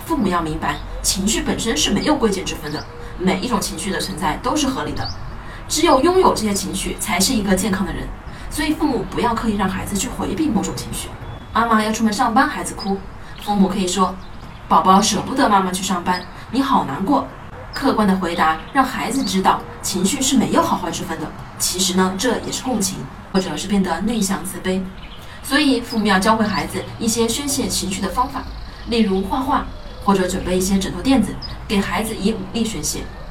父母要明白，情绪本身是没有贵贱之分的，每一种情绪的存在都是合理的。只有拥有这些情绪，才是一个健康的人。所以父母不要刻意让孩子去回避某种情绪。妈妈要出门上班，孩子哭，父母可以说：“宝宝舍不得妈妈去上班，你好难过。”客观的回答让孩子知道，情绪是没有好坏之分的。其实呢，这也是共情，或者是变得内向自卑。所以父母要教会孩子一些宣泄情绪的方法，例如画画，或者准备一些枕头垫子，给孩子以武力宣泄。